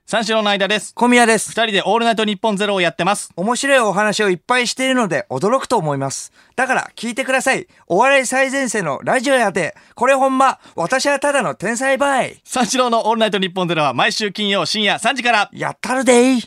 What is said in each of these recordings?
三四郎の間です。 小宮です。 二人でオールナイトニッポンゼロをやってます。 面白いお話をいっぱいしているので驚くと思います。だから聞いてください。お笑い最前線のラジオやで、これほんま私はただの天才バイ。 三四郎のオールナイトニッポンゼロは毎週金曜深夜3時から。 やったるでい。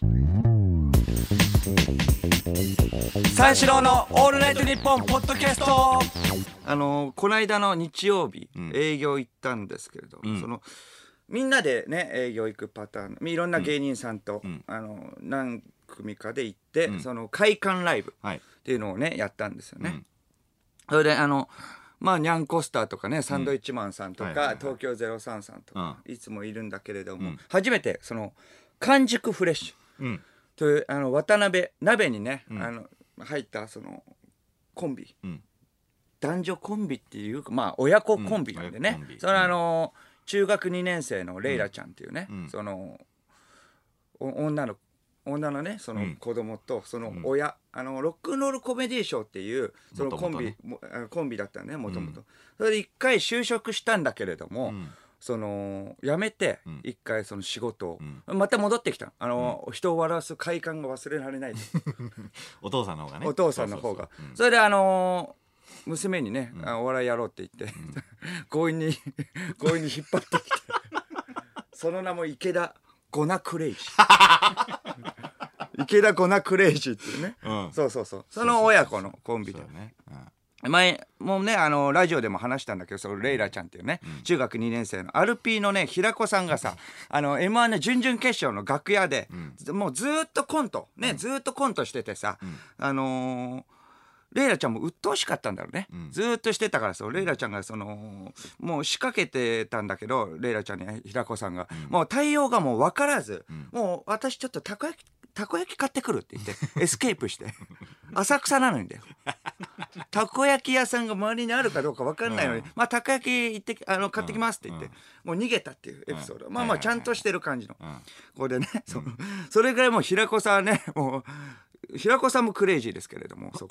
三四郎のオールナイトニッポンポッドキャスト。この間の日曜日、営業行ったんですけれど、みんなでね営業行くパターン、いろんな芸人さんと、何組かで行って、その会館ライブっていうのをねやったんですよね。それでニャンコスターとかね、サンドイッチマンさんとか、東京03さんとか、いつもいるんだけれども、初めてその完熟フレッシュという渡辺鍋にね、入ったそのコンビ、男女コンビっていうか親子コンビなんでね、その中学2年生のレイラちゃんっていうね、その女のねその子供とその親、ロックンロールコメディーショーっていうそのコンビだったね、もともと。それで一回就職したんだけれども、その辞めて一回その仕事を、また戻ってきた。人を笑わす快感が忘れられないお父さんの方がね。 お父さんの方が。それで娘にね、お笑いやろうって言って、強引に引っ張ってきてその名も池田ゴナクレイジー池田ゴナクレイジーっていうね、その親子のコンビで、前もねラジオでも話したんだけど、そのレイラちゃんっていうね、中学2年生のアルピーのね平子さんがさ、M1 の準々決勝の楽屋で、もうずっとコントしててさ、レイラちゃんも鬱陶しかったんだろうね、ずーっとしてたからさ、レイラちゃんがもう仕掛けてたんだけど、レイラちゃんに平子さんが、もう対応がもう分からず、もう私ちょっとたこ焼き買ってくるって言ってエスケープして浅草なのにだよたこ焼き屋さんが周りにあるかどうか分かんないのに、たこ焼き行って買ってきますって言って、もう逃げたっていうエピソード、ちゃんとしてる感じの、これでね、それぐらいもう平子さんはね、もう平子さんもクレイジーですけれども、そ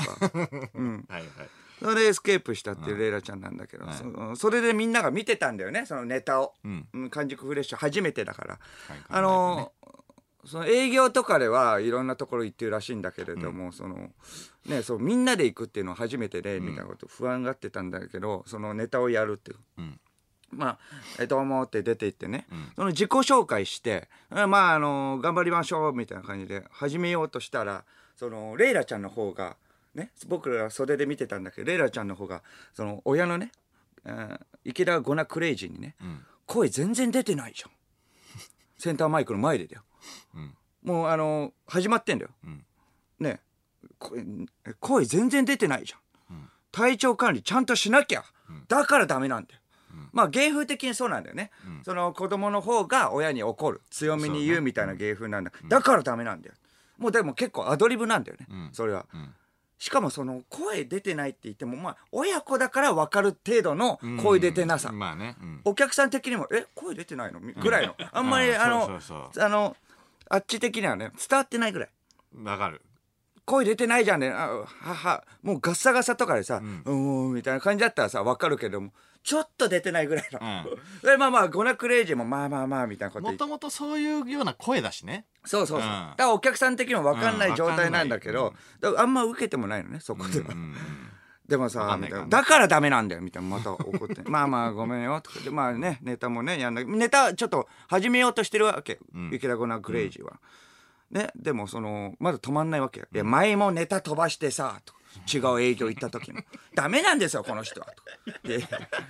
れでエスケープしたっていうレイラちゃんなんだけど、それでみんなが見てたんだよね、そのネタを。完熟フレッシュ初めてだから、その営業とかではいろんなところ行ってるらしいんだけれども、みんなで行くっていうのは初めてで、みたいなこと不安がってたんだけど、そのネタをやるっていう、どうもって出て行ってね、その自己紹介して、頑張りましょうみたいな感じで始めようとしたら、そのレイラちゃんの方がね、僕ら袖で見てたんだけど、レイラちゃんの方がその親のね、池田ゴナクレイジーにね、声全然出てないじゃんセンターマイクの前でだよ、もう始まってんだよ、ね、声全然出てないじゃん、体調管理ちゃんとしなきゃ、だからダメなんだよ。芸風的にそうなんだよね、その子供の方が親に怒る、強めに言うみたいな芸風なんだ、だからダメなんだよ。もうでも結構アドリブなんだよね、それは。しかもその声出てないって言っても、親子だから分かる程度の声出てなさ、お客さん的にも声出てないのぐらいの、あんまりあっち的にはね伝わってないぐらい分かる。 声出てないじゃんね、もうガッサガサとかでさ、みたいな感じだったらさ分かるけども、ちょっと出てないぐらいの、ゴナクレイジーもみたいなこと、 もともとそういうような声だしね。 だからお客さん的にも分かんない状態なんだけど、あんま受けてもないのね、そこでは。でもさ、だからダメなんだよみたいな、また怒ってごめんよとかで、ネタもねやんない、ネタちょっと始めようとしてるわけ、池田ゴナクレイジーはね。でもまだ止まんないわけよ。いや前もネタ飛ばしてさとか、違う営業行った時もダメなんですよこの人はとかで、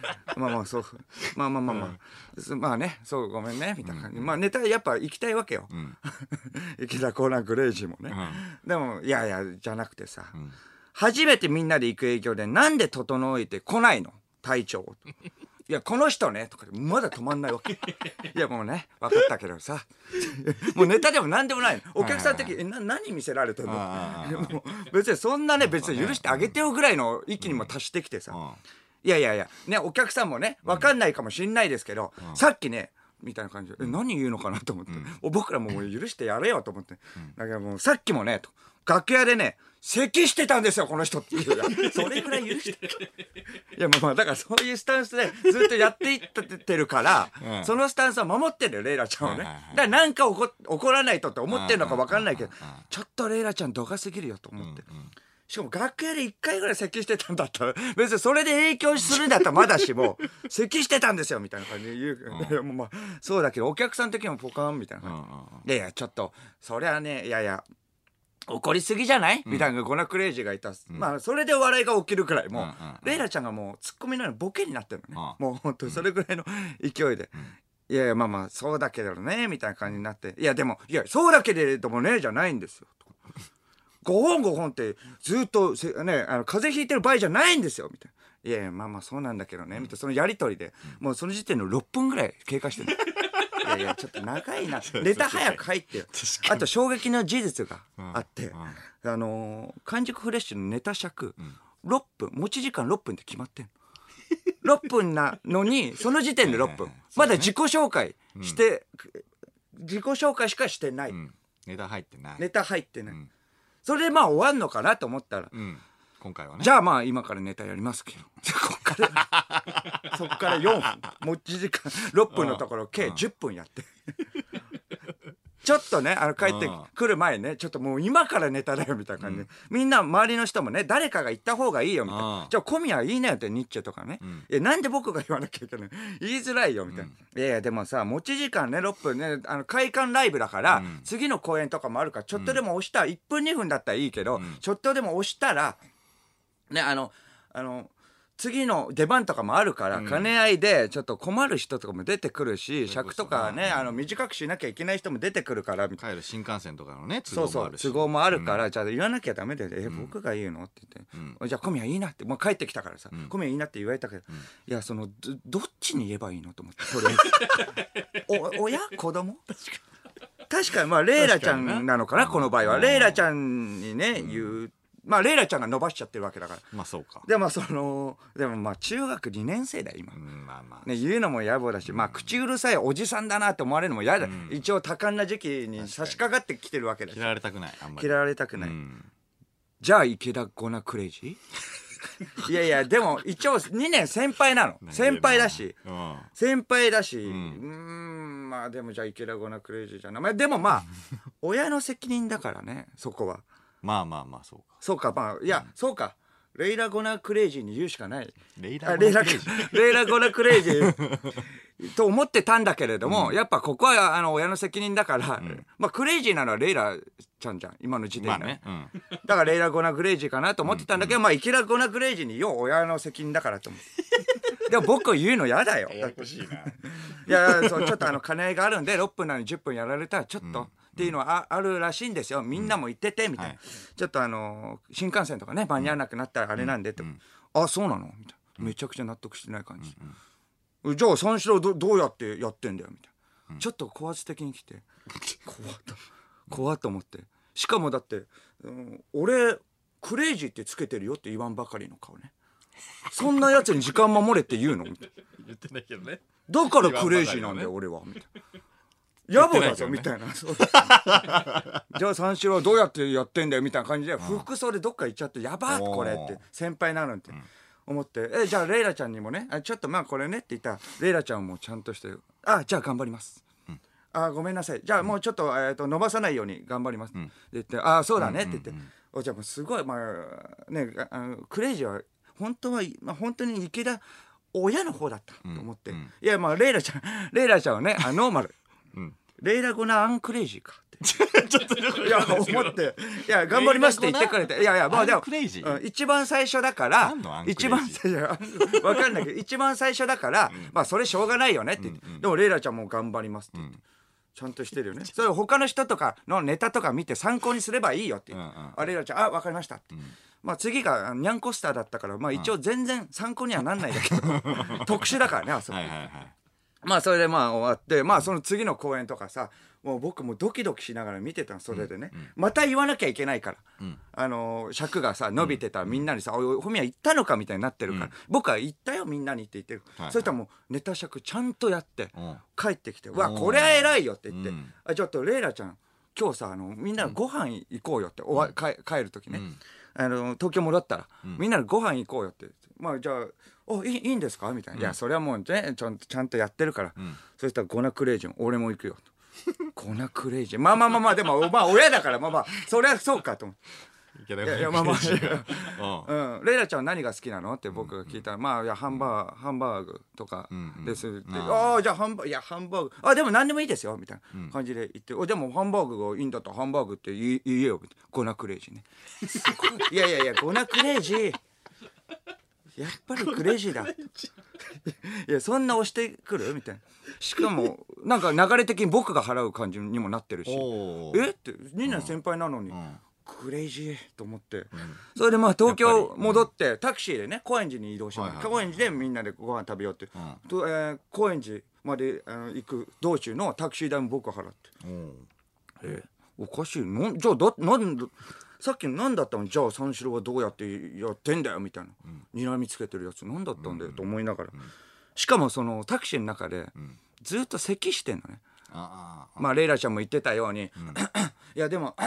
そうごめんねみたいな感じ、ネタやっぱ行きたいわけよ、池田ゴナクレイジーもね、でもいやじゃなくてさ、初めてみんなで行く営業でなんで整えてこないの隊長いやこの人ねとかまだ止まんないわけいやもうね分かったけどさもうネタでも何でもないの、お客さん的に何見せられてるのもう別にそんなね別に許してあげてよぐらいの域にも達してきてさ、いやね、お客さんもね分かんないかもしんないですけど、さっきねみたいな感じで、何言うのかなと思って、僕らももう許してやれよと思って、だからもうさっきもねと楽屋でね咳してたんですよこの人っていう。それぐらい許していやまあだからそういうスタンスでずっとやっていってるから、そのスタンスは守ってるよレイラちゃんをね。だからなんか怒らないとって思ってるのか分かんないけど、ちょっとレイラちゃん度が過ぎるよと思って、しかも楽屋で1回ぐらい咳してたんだったら別にそれで影響するんだったらまだしも咳してたんですよみたいな感じで言う、いやもうまあそうだけどお客さん的にもポカンみたいな感じ、いやいやちょっとそりゃねいやいや怒りすぎじゃない、みたいなゴナクレイジーがいた、まあそれで笑いが起きるくらいもう、レイラちゃんがもうツッコミのようなボケになってるのね、もうほんとそれぐらいの勢いで、いやいやまあまあそうだけどねみたいな感じになって、いやでもいやそうだけれどもねじゃないんですよ5本5本ってずっとね風邪ひいてる場合じゃないんですよみたいな、いやいやまあまあそうなんだけどねみたいな、そのやり取りでもうその時点の6分ぐらい経過してるいやいやちょっと長いなネタ早く入ってよ。あと衝撃の事実があって、完熟フレッシュのネタ尺6分持ち時間6分って決まってんの6分なのにその時点で6分まだ自己紹介して、自己紹介しかしてない、 ネタ入ってないネタ入ってない、それでまあ終わんのかなと思ったら、 今回はねじゃあまあ今からネタやりますけどこっからそっから4分持ち時間6分のところ計10分やってちょっとね帰ってくる前ねちょっともう今からネタだよみたいな感じで、みんな周りの人もね誰かが言った方がいいよみたいな、じゃあ小宮いいねよってニッチェとかね、なんで僕が言わなきゃいけない言いづらいよみたいな、いやいやでもさ持ち時間ね6分ね会館ライブだから、次の公演とかもあるからちょっとでも押したら1分2分だったらいいけど、ちょっとでも押したらね次の出番とかもあるから、兼ね合いでちょっと困る人とかも出てくるし、尺とかね短くしなきゃいけない人も出てくるからみたいな、 帰る新幹線とかのね都合もあるし、都合もあるから、じゃあ言わなきゃダメだよ、僕が言うのって言って、じゃあ小宮いいなってもう帰ってきたからさ、小宮いいなって言われたけど、いやそのどっちに言えばいいのと思ってそれ親子供確かにまあレイラちゃんなのかな、この場合はレイラちゃんにね言う、まあレイラちゃんが伸ばしちゃってるわけだから、 まあそうか。 でもでもまあ中学2年生だよ今、 まあまあね、言うのも野暮だし、まあ口うるさいおじさんだなって思われるのも嫌だ、一応多感な時期に差し掛かってきてるわけだし、 嫌われたくない、あんまり嫌われたくない、じゃあ池田ゴナクレイジーいやいやでも一応2年先輩なの先輩だし、先輩だし、まあでもじゃあ池田ゴナクレイジーじゃない、まあ、でもまあ親の責任だからねそこは。 まあまあまあそうか。 そうかまあいや、そうかレイラゴナクレイジーに言うしかない。 レイラゴナクレイジーと思ってたんだけれども、やっぱここは親の責任だから、まあクレイジーなのはレイラちゃんじゃん今の時点で、だからレイラゴナクレイジーかなと思ってたんだけど、まあ池田ゴナクレイジーに言おう親の責任だからと思ってでも僕言うの嫌だよ。 ややこしいな。 いやそうちょっと兼ね合いがあるんで6分なのに10分やられたらちょっと、っていうのはあるらしいんですよ、みんなも言っててみたいな、ちょっと新幹線とかね間に合わなくなったらあれなんでって、あそうなのみたいな、めちゃくちゃ納得してない感じ、じゃあ三四郎どうやってやってんだよみたいな、ちょっと高圧的に来て怖っと思って、しかもだって、俺クレイジーってつけてるよって言わんばかりの顔ね、そんなやつに時間守れって言うのみたいな言ってないけどね、 だからクレイジーなんだよ俺はみたいな、野暮だぞみたいなじゃあ三四郎どうやってやってんだよみたいな感じで服装でどっか行っちゃって、やばっこれって先輩なのって思って、じゃあレイラちゃんにもねちょっとまあこれねって言ったら、レイラちゃんもちゃんとしてじゃあ頑張ります、ごめんなさいじゃあもうちょっと伸ばさないように頑張ります、って言ってそうだねって言って、じゃあもうすごいまあねクレイジーは本当は本当に池田親の方だったと思って、いやまあレイラちゃんはねノーマルレイラゴナアンクレイジーかってちょっといや思って、いや頑張りますって言ってくれて、いやいやまあでも一番最初だから一番最初わかんないけど一番最初だからまあそれしょうがないよねって言って、でもレイラちゃんも頑張りますって言って、ちゃんとしてるよね、それ他の人とかのネタとか見て参考にすればいいよって言って、レイラちゃんわかりましたって、まあ次がニャンコスターだったからまあ一応全然参考にはなんないんだけど特殊だからねあそこ、 まあそれでまあ終わって、まあその次の公演とかさ、もう僕もドキドキしながら見てたの、それでね、また言わなきゃいけないから、尺がさ伸びてたらみんなにさ「おい小宮行ったのか?」みたいになってるから、僕は行ったよみんなにって言ってる、そしたらもうネタ尺ちゃんとやって帰ってきて「わこれは偉いよ」って言って「ちょっとレイラちゃん今日さみんなご飯行こうよ」って帰る時ね、東京戻ったらみんなでご飯行こうよって言って、まあじゃあいいんですかみたいな、いやそれはもうねちゃんとやってるから、そしたらゴナクレイジン俺も行くよとゴナクレイジンまあでもまあ親だからまあそれはそうかと思っていやまあレイラちゃんは何が好きなのって僕が聞いたら、まあいやハンバーグとかですって、じゃあハンバーグでも何でもいいですよみたいな感じで言って、でもハンバーグがいいんだったらハンバーグって言えよゴナクレイジンねいやゴナクレイジやっぱりクレイジーだいやそんな押してくるみたいな、しかもなんか流れ的に僕が払う感じにもなってるしって2年先輩なのに、クレイジーと思って、それでまあ東京戻ってタクシーでね高円寺に移動して高円寺でみんなでご飯食べようって、高円寺まで行く道中のタクシー代も僕が払って、おかしいじゃあなんださっきの何だったの、じゃあ三四郎はどうやってやってんだよみたいな、睨みつけてるやつ何だったんだよと思いながら、しかもそのタクシーの中でずっと咳してんのね、まあレイラちゃんも言ってたように、いやでも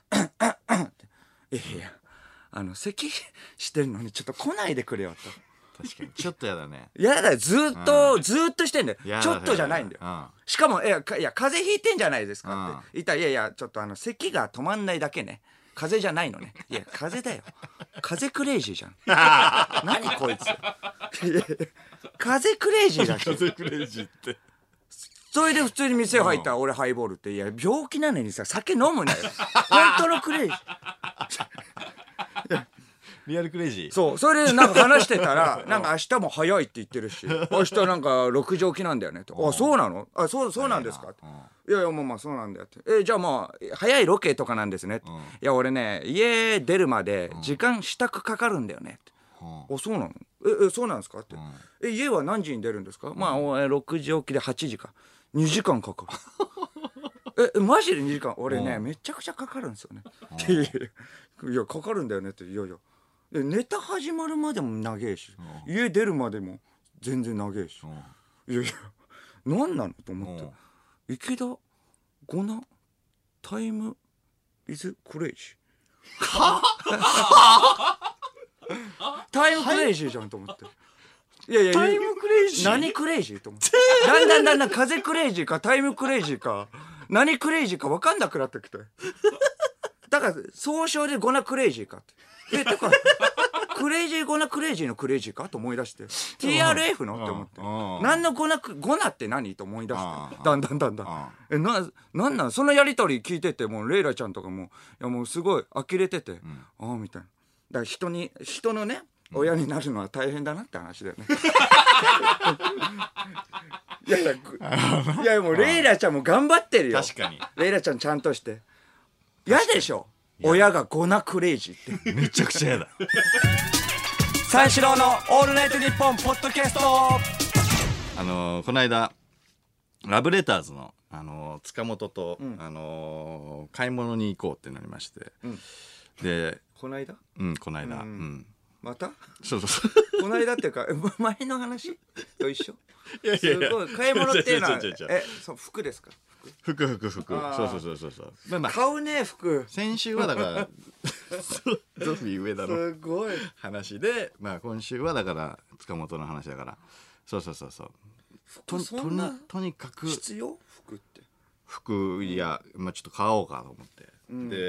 いや咳してるのにちょっと来ないでくれよと。 確かにちょっとやだね。 やだよ、ずっとしてんだよ。ちょっとじゃないんだよ。しかもいや風邪ひいてんじゃないですかって言ったら、いやちょっと咳が止まんないだけね、風邪じゃないのね。いや風邪だよ、風クレイジーじゃん何こいつ風クレイジーだし風クレイジーってそれで普通に店入ったら俺ハイボールって、いや病気なのにさ酒飲むなよ本当のクレイジーリアルクレイジー。 そう、それでなんか話してたらなんか明日も早いって言ってるし明日なんか6時起きなんだよねと。そうなの？そうなんですかって。いやまあそうなんだよって。じゃあまあ早いロケとかなんですねって。いや俺ね家出るまで時間支度かかるんだよねって。そうなの？そうなんですかって。家は何時に出るんですか？まあ6時起きで8時か。2時間かかるマジで2時間？俺ねめちゃくちゃかかるんですよねいやかかるんだよねって。いやネタ始まるまでも長えし、家出るまでも全然長えし、いや何なのと思って、池田ゴナタイムイズクレイジータイムクレイジーじゃんと思って、いやタイムクレイジー何クレイジーと思ってだんだん風クレイジーかタイムクレイジーか何クレイジーか分かんなくなってきてだから総称でゴナクレイジーかっててかクレイジーゴナクレイジーのクレイジーかと思い出して TRF のって思って何のゴナって何と思い出してだんだんなんなんそのやり取り聞いててもうレイラちゃんとかもいやもうすごい呆れてて、みたいな。だから人のね親になるのは大変だなって話だよねいやもうレイラちゃんも頑張ってるよ。 確かにレイラちゃんちゃんとして嫌でしょ親がゴナクレイジーってめちゃくちゃ嫌だ三四郎のオールナイトニッポンポッドキャスト。 この間ラブレターズの、塚本と、買い物に行こうってなりまして、でこの間この間またそうこの間っていうか前の話と一緒いやすごい買い物っていうのはそう服ですか？ 服そうまあ買うね服。 先週はだからゾフィー上田のすごい話で、まあ今週はだから塚本の話だから、そうとにかく必要服いや、まあちょっと買おうかと思って、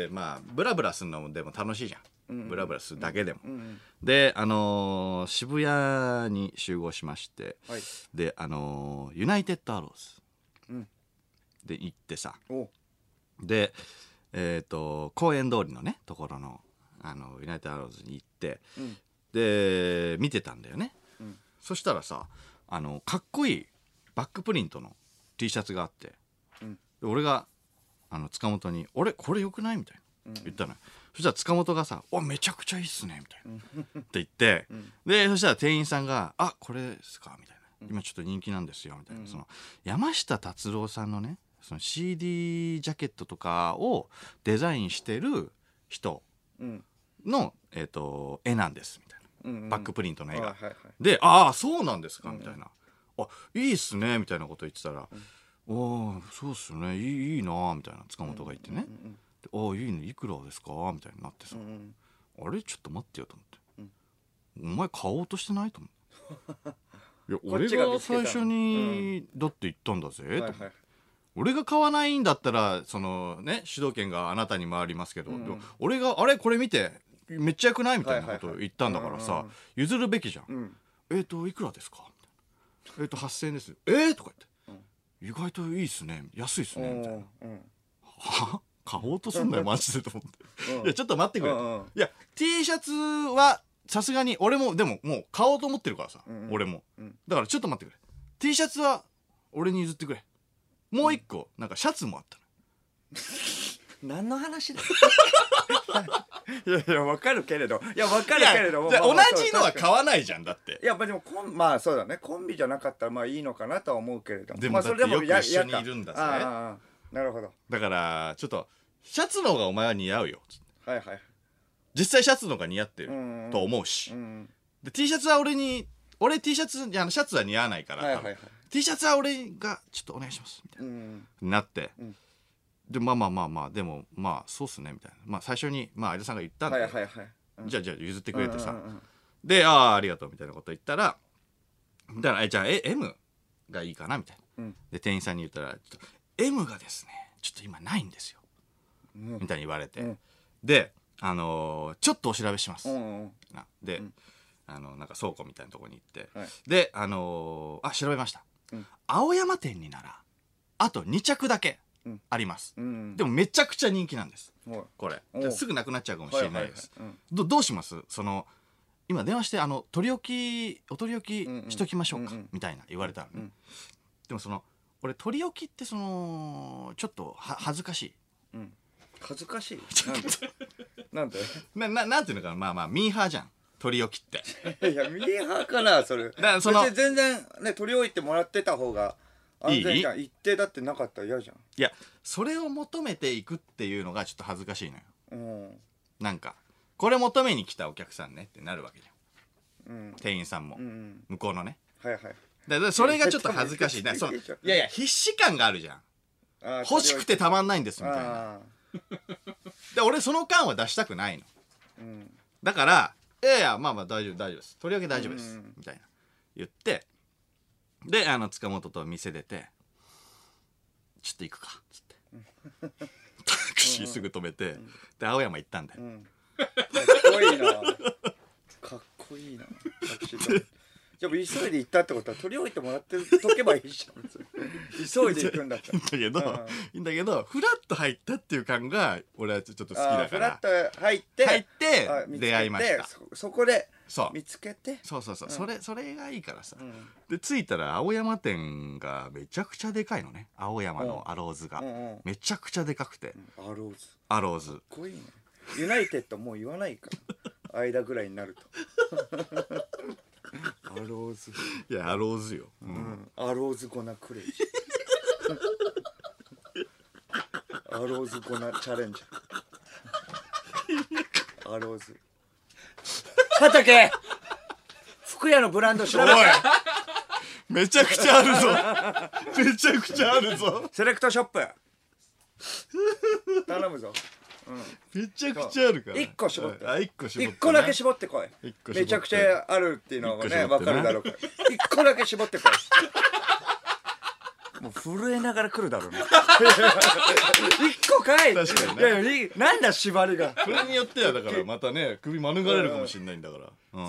でまあブラブラするのもでも楽しいじゃん、ブラブラするだけでも、で渋谷に集合しまして、でユナイテッドアローズで行ってさ、で公園通りのねところのユナイテッドアローズに行って、で見てたんだよね、そしたらさかっこいいバックプリントの T シャツがあって、で俺が塚本に「俺これよくない?」みたいな言ったのよ。そしたら塚本がさ「おめちゃくちゃいいっすね」みたいなって言って、でそしたら店員さんが「あこれですか?」みたいな今ちょっと人気なんですよみたいな、その山下達郎さんのねその CD ジャケットとかをデザインしてる人の、絵なんですみたいな、バックプリントの絵が、でああそうなんですかみたいな、あいいっすねみたいなこと言ってたら、おおそうっすよねいいなみたいな塚本が言ってね、ああいいねいくらですかみたいになってさ、あれちょっと待ってよと思って、お前買おうとしてないと思っていや俺が最初にだって言ったんだぜ、と思って、俺が買わないんだったらそのね主導権があなたに回りますけど、俺があれこれ見てめっちゃよくないみたいなことを言ったんだからさ、譲るべきじゃん、いくらですか8000円ですとか言って、意外といいっすね安いっすねみたいな、は買おうとすんなよマジでと思って、いやちょっと待ってくれと、いや T シャツはさすがに俺もでももう買おうと思ってるからさ、俺も、だからちょっと待ってくれ T シャツは俺に譲ってくれ、もう一個なんかシャツもあったの何の話だいやいや分かるけれど同じのは買わないじゃんだって、 いやでもまあそうだねコンビじゃなかったらまあいいのかなとは思うけれども、 でもだってよく一緒にいるんだぜ、 なるほど、 だからちょっとシャツの方がお前は似合うよ、実際シャツの方が似合ってると思うし、で T シャツは俺 T シャツシャツは似合わないから、T シャツは俺がちょっとお願いしますみたいな、なって、でまあでもまあそうっすねみたいな、最初に相田さんが言ったんで、じゃあ譲ってくれてさ、でありがとうみたいなこと言ったら、だからじゃあM がいいかなみたいな、で店員さんに言ったらちょっと M がですねちょっと今ないんですよ、みたいに言われて、でちょっとお調べします、でなんか倉庫みたいなところに行って、で調べました、青山店にならあと2着だけあります、でもめちゃくちゃ人気なんです、これすぐなくなっちゃうかもしれないです、どうします、その今電話してお取り置きしときましょうか、みたいな言われたのね、でもその俺取り置きってそのちょっと恥ずかしい、 恥ずかしいなんでなんていうのかな、ミーハーじゃん取り置きっていやミーハーかなそれ、その全然ね取り置いてもらってた方が安全じゃん、一定だってなかったら嫌じゃん、 いやそれを求めていくっていうのがちょっと恥ずかしいのよ、なんかこれ求めに来たお客さんねってなるわけじゃん、店員さんも、向こうのね、だそれがちょっと恥ずかしいいや必死感があるじゃん、欲しくてたまんないんですみたいなで俺その感は出したくないの、だからいや大丈夫です取り分け大丈夫です、みたいな言って、で塚本と店出てちょっと行くかっつってタクシーすぐ止めて、で青山行ったんだよ、 かっこいいなタクシーじゃあ急いで行ったってことは取り置いてもらってとけばいいじゃん急いで行くんだったらいいんだけどフラッと入ったっていう感が俺はちょっと好きだから、 フラッと入って出会いました、 そこで見つけてそう、それがいいからさ、で着いたら青山店がめちゃくちゃでかいのね、青山のアローズがめちゃくちゃでかくて、アローズかっこいいね、ユナイテッドもう言わないから間ぐらいになるとアローズ、 いやアローズよ、 アローズゴナクレイジーアローズゴナチャレンジャーアローズ畑服屋のブランド調べて、 めちゃくちゃあるぞめちゃくちゃあるぞセレクトショップ頼むぞ、 めちゃくちゃあるから 1個絞って 1 個だけ絞ってこい、めちゃくちゃあるっていうのがね分かるだろうから1個だけ絞ってこいもう震えながら来るだろうね1個かい、 確かにね、 いやなんだ縛りが、 それによってはだからまたね首免れるかもしれないんだから、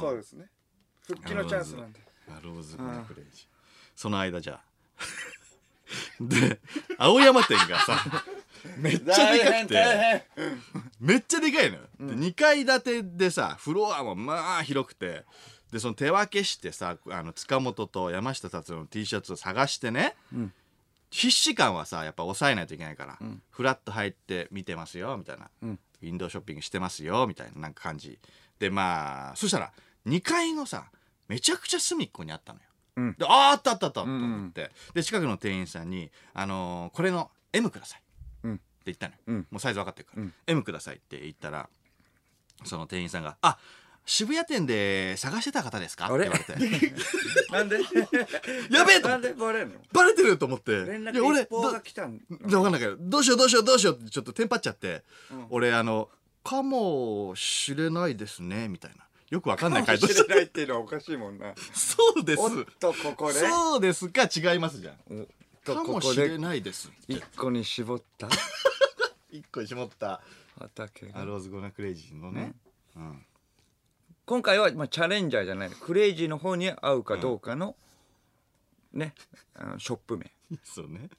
そうですね、復帰のチャンスなんで、 アローズゴナクレイジー、その間じゃで青山店がさめっちゃでかくてめっちゃでかいのよ、で2階建てでさフロアも広くて、でその手分けしてさ塚本と山下達郎の T シャツを探してね、必死感はさやっぱ抑えないといけないから、フラッと入って見てますよみたいな、ウィンドウショッピングしてますよみたいななんか感じで、そしたら2階のさめちゃくちゃ隅っこにあったのよ、 で、あったあったあったと思って、で近くの店員さんにこれの M くださいって言ったのよ。もうサイズ分かってるから、M くださいって言ったら、その店員さんが「あ、渋谷店で探してた方ですか?」って言われてなんでやべえと思って、 なんでバレるの？ バレてると思って、 連絡一報が来たん分かんないけど、どうしようってちょっとテンパっちゃって、俺かもしれないですねみたいな、よくわかんない回答して。 かもしれないっていうのはおかしいもんな。 そうです。 おっとここで。 そうですか、違いますじゃん。かもしれないです。 一個に絞った。 一個に絞った畑アローズゴナクレイジーのね。 今回はチャレンジャーじゃない、クレイジーの方に合うかどうかのね、ショップ名。 そうね。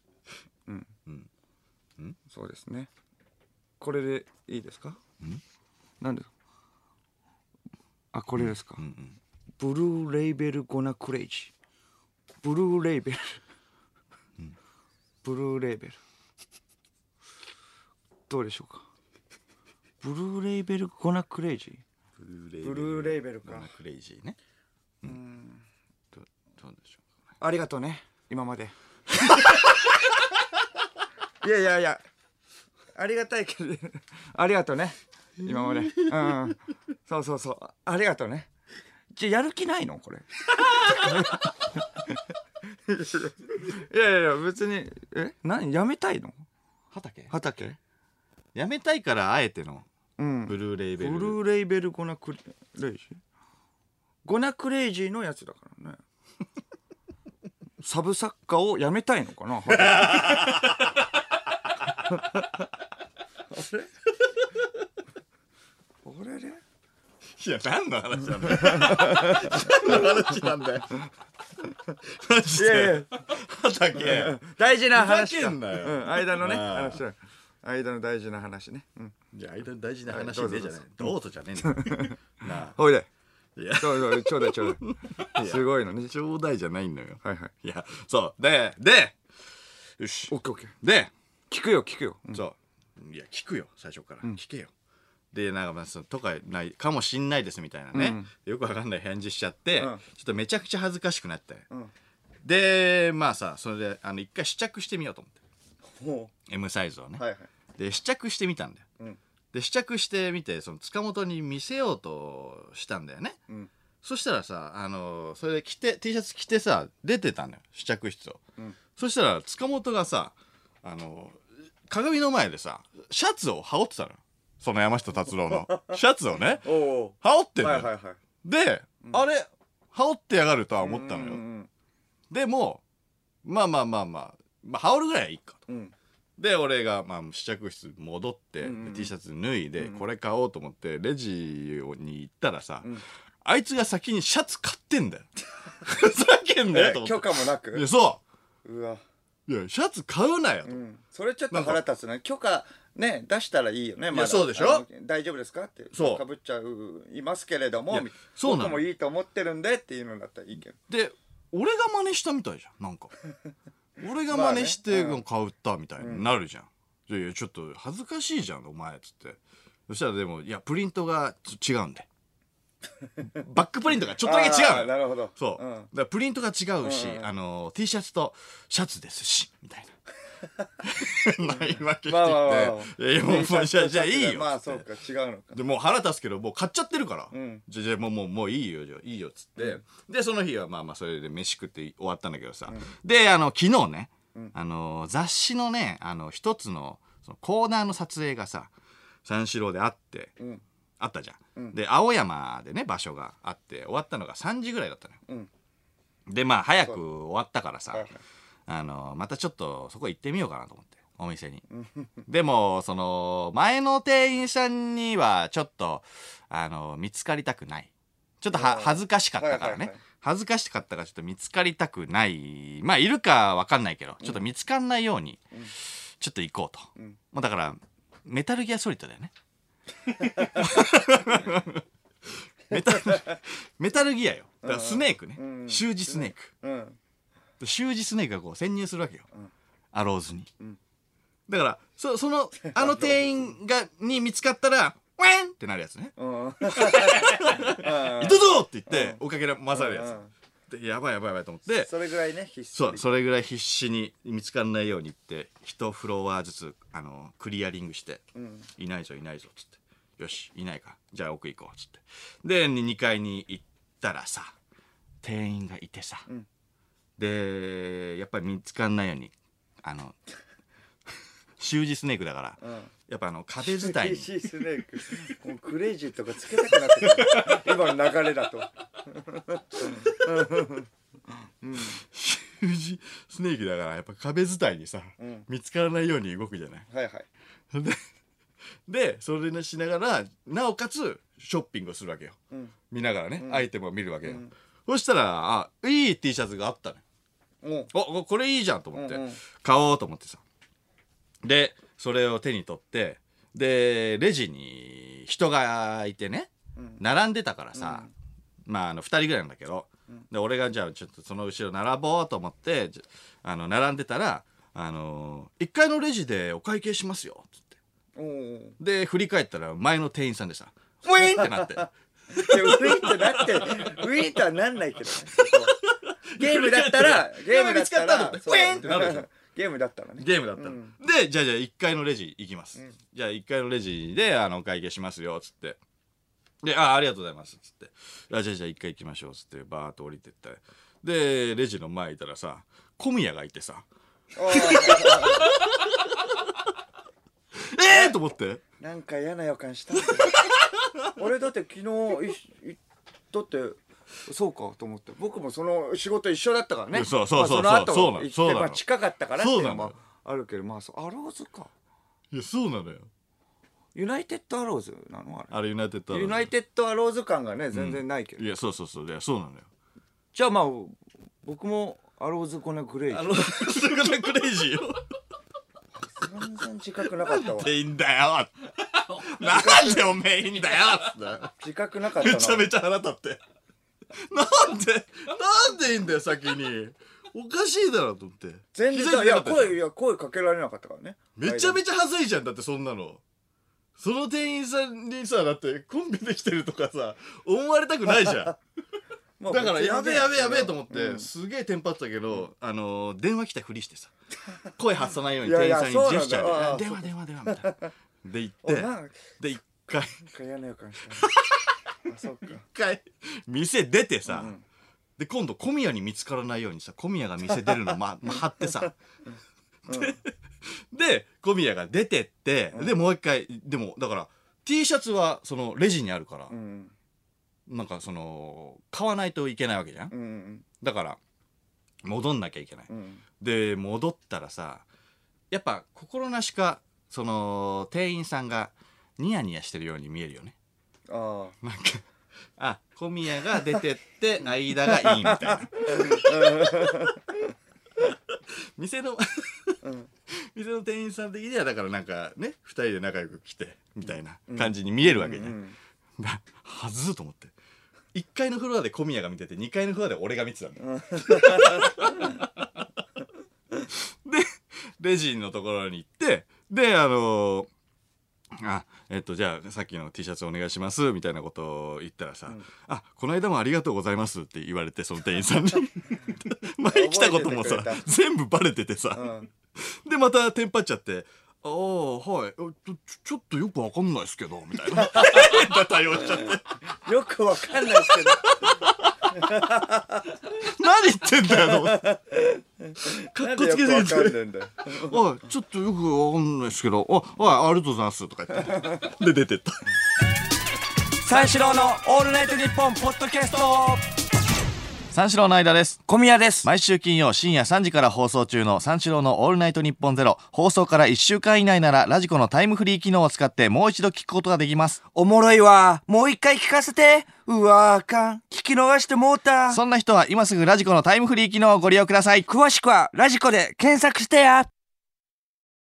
そうですね。これでいいですか？なんで？あ、これですか。ブルーレイベルゴナクレイジー。ブルーレイベル。ブルーレイベル。どうでしょうか。ブルーレイベルゴナクレイジー。ブルーレイベルか。 ゴナクレイジーね。どうでしょうか。 ありがとうね、今まで。いやありがたいけどありがとうね今まで。そうありがとうね。じゃやる気ないのこれ？いや別に何やめたいの？畑やめたいからあえてのブルーレイベル。 ブルーレイベルゴナクレイジー、ゴナクレイジーのやつだからね。サブ作家をやめたいのかな。あれね。 いや、何の話なんだよ。何の話なんだよ。マジで。畑。 大事な話か。 ふざけんなよ。 間のね話だ。間の大事な話ね。 いや、間の大事な話でじゃない。どうぞじゃねえんだよ。なあ。 ほいで。 いや、 ちょうだい。すごいのね。 ちょうだいじゃないのよ。 はい。 いや、そうで、よし。 オッケー。 で、 聞くよ。 そう。いや、聞くよ、最初から。聞けよ。で、なんかまあとかないかもしんないですみたいなね、よくわかんない返事しちゃって、ちょっとめちゃくちゃ恥ずかしくなって、でまあさ、それで一回試着してみようと思って、M サイズをね、で試着してみたんだよ、で試着してみて、その塚本に見せようとしたんだよね、そしたらさ、それでT シャツ着てさ出てたんだよ、試着室を、そしたら塚本がさ鏡の前でさシャツを羽織ってたのよ、その山下達郎のシャツをね羽織ってんのよ。で、あれ羽織ってやがるとは思ったのよ。でもまあ羽織るぐらいはいいかと。で俺が試着室戻って、T シャツ脱いで、これ買おうと思ってレジに行ったらさ、あいつが先にシャツ買ってんだよ。ふざけんなよと思って。 許可もなく。 いや、そう。 うわ、 いやシャツ買うなよと。 それちょっと腹立つね。許可ね出したらいいよね。 いや、そうでしょ。 大丈夫ですかってかぶっちゃいますけれども、僕もいいと思ってるんでっていうのだったらいいけど。 で俺が真似したみたいじゃん、なんか俺が真似して買ったみたいになるじゃん。いやちょっと恥ずかしいじゃんお前っつって。そしたらでも、いやプリントが違うんでバックプリントがちょっとだけ違うの。 なるほど。 そう、だからプリントが違うし、T シャツとシャツですしみたいな言い訳してきて、いやもうじゃあいいよ。 まあそうか、違うのか。 でもう腹立つけど、もう買っちゃってるから、じゃあもういいよ、じゃあいいよっつって、でその日はまあそれで飯食って終わったんだけどさ、で昨日ね、雑誌のね一つのそのコーナーの撮影がさ三四郎であって、あったじゃん、で青山でね場所があって、終わったのが3時ぐらいだったのよ、でまあ早く終わったからさ、またちょっとそこ行ってみようかなと思って、お店に。でもその前の店員さんにはちょっと見つかりたくない、ちょっと恥ずかしかったからね、恥ずかしかったからちょっと見つかりたくない、まあいるか分かんないけど、ちょっと見つかんないようにちょっと行こうと、もうだからメタルギアソリッドだよねメタルギアよ、だからスネークね、習字スネーク、習字スネークがこう潜入するわけよ、アローズに。だからその店員に見つかったらウェンってなるやつね。いたぞって言って追っかけ回されるやつでやばいやばいやばいと思って、 それぐらいね必死。 そうそれぐらい必死に見つからないように言って1フロアずつクリアリングして、いないぞいないぞっつって、よしいないか、じゃあ奥行こうっつって、で2階に行ったらさ店員がいてさ、でやっぱり見つかんないように習字スネークだから、やっぱ壁伝いにシースネークもうクレイジーとかつけたくなってくる今の流れだと習字スネークだからやっぱ壁伝いにさ、見つからないように動くじゃない。 はいはい。 でそれにしながらなおかつショッピングをするわけよ、見ながらね、アイテムを見るわけよ、そしたらいい T シャツがあったのよ、おこれいいじゃんと思って、買おうと思ってさ、でそれを手に取って、でレジに人がいてね、並んでたからさ、まあ2人ぐらいなんだけど、で俺がじゃあちょっとその後ろ並ぼうと思って並んでたら1階のレジでお会計しますよっつって、で振り返ったら前の店員さんでさウィーンってなってウィーンってなってウィーンとはなんないけどねゲームだったらウィーンってなるでしょ。 ゲームだったらね。 ゲームだったら、でじゃあ1階のレジ行きます、じゃあ1階のレジでお会計しますよっつって、でありがとうございますっつって、じゃあ1階行きましょうっつってバーッと降りてって、でレジの前いたらさ小宮がいてさと思ってなんか嫌な予感したんだよ俺だって昨日だってそうかと思って、僕もその仕事一緒だったからね。 そうその後行ってそうなの近かったからっていうのもあるけど、まあアローズか。 いやそうなのよ。 ユナイテッドアローズなのあれユナイテッドアローズ。 ユナイテッドアローズ感がね全然ないけど、 いやそういやそうなのよ。 じゃあまあ僕もアローズコネクレイジー。 アローズコネクレイジーよ。 全然自覚なかったわ。 いいんだよ。なんでおめえいいんだよ。 自覚なかったな。 めちゃめちゃ腹立って。なんでいいんだよ先に。おかしいだろと思って。 全然いや声かけられなかったからね。 めちゃめちゃ恥ずいじゃん。だってそんなの。その店員さんにさだってコンビできてるとかさ思われたくないじゃん。だからやべえと思って、すげえテンパってたけど、電話来たふりしてさ声発さないように店員さんにジェスチャーで電話みたいなで行ってで一回嫌な予感した一回店出てさ、で今度小宮に見つからないようにさ小宮が店出るの貼ってさで小宮が出てって、でもう一回でもだから T シャツはそのレジにあるから、なんかその買わないといけないわけじゃん、だから戻んなきゃいけない、で戻ったらさやっぱ心なしかその店員さんがニヤニヤしてるように見えるよね。なんか小宮が出てって間がいいみたいな店の店員さん的にはだからなんかね2人で仲良く来てみたいな感じに見えるわけじゃん。はずーと思って1階のフロアで小宮が見てて2階のフロアで俺が見てたんだよでレジのところに行ってでじゃあさっきの T シャツお願いしますみたいなことを言ったらさ、この間もありがとうございますって言われてその店員さんに前来たこともさ全部バレててさ、でまたテンパっちゃってはいちょっとよくわかんないですけどみたいな対応しちゃってよくわかんないですけど何言ってんだよかっこつけてるんだよちょっとよくわかんないですけどありがとうございますとか言ってで出てった三四郎のオールナイトニッポンポッドキャスト。 三四郎の間です。 小宮です。 毎週金曜深夜3時から放送中の三四郎のオールナイトニッポンゼロ、放送から1週間以内ならラジコのタイムフリー機能を使ってもう一度聞くことができます。 おもろいわ、もう一回聞かせて。うわあかん、聞き逃してもうた。 そんな人は今すぐラジコのタイムフリー機能をご利用ください。 詳しくはラジコで検索してや。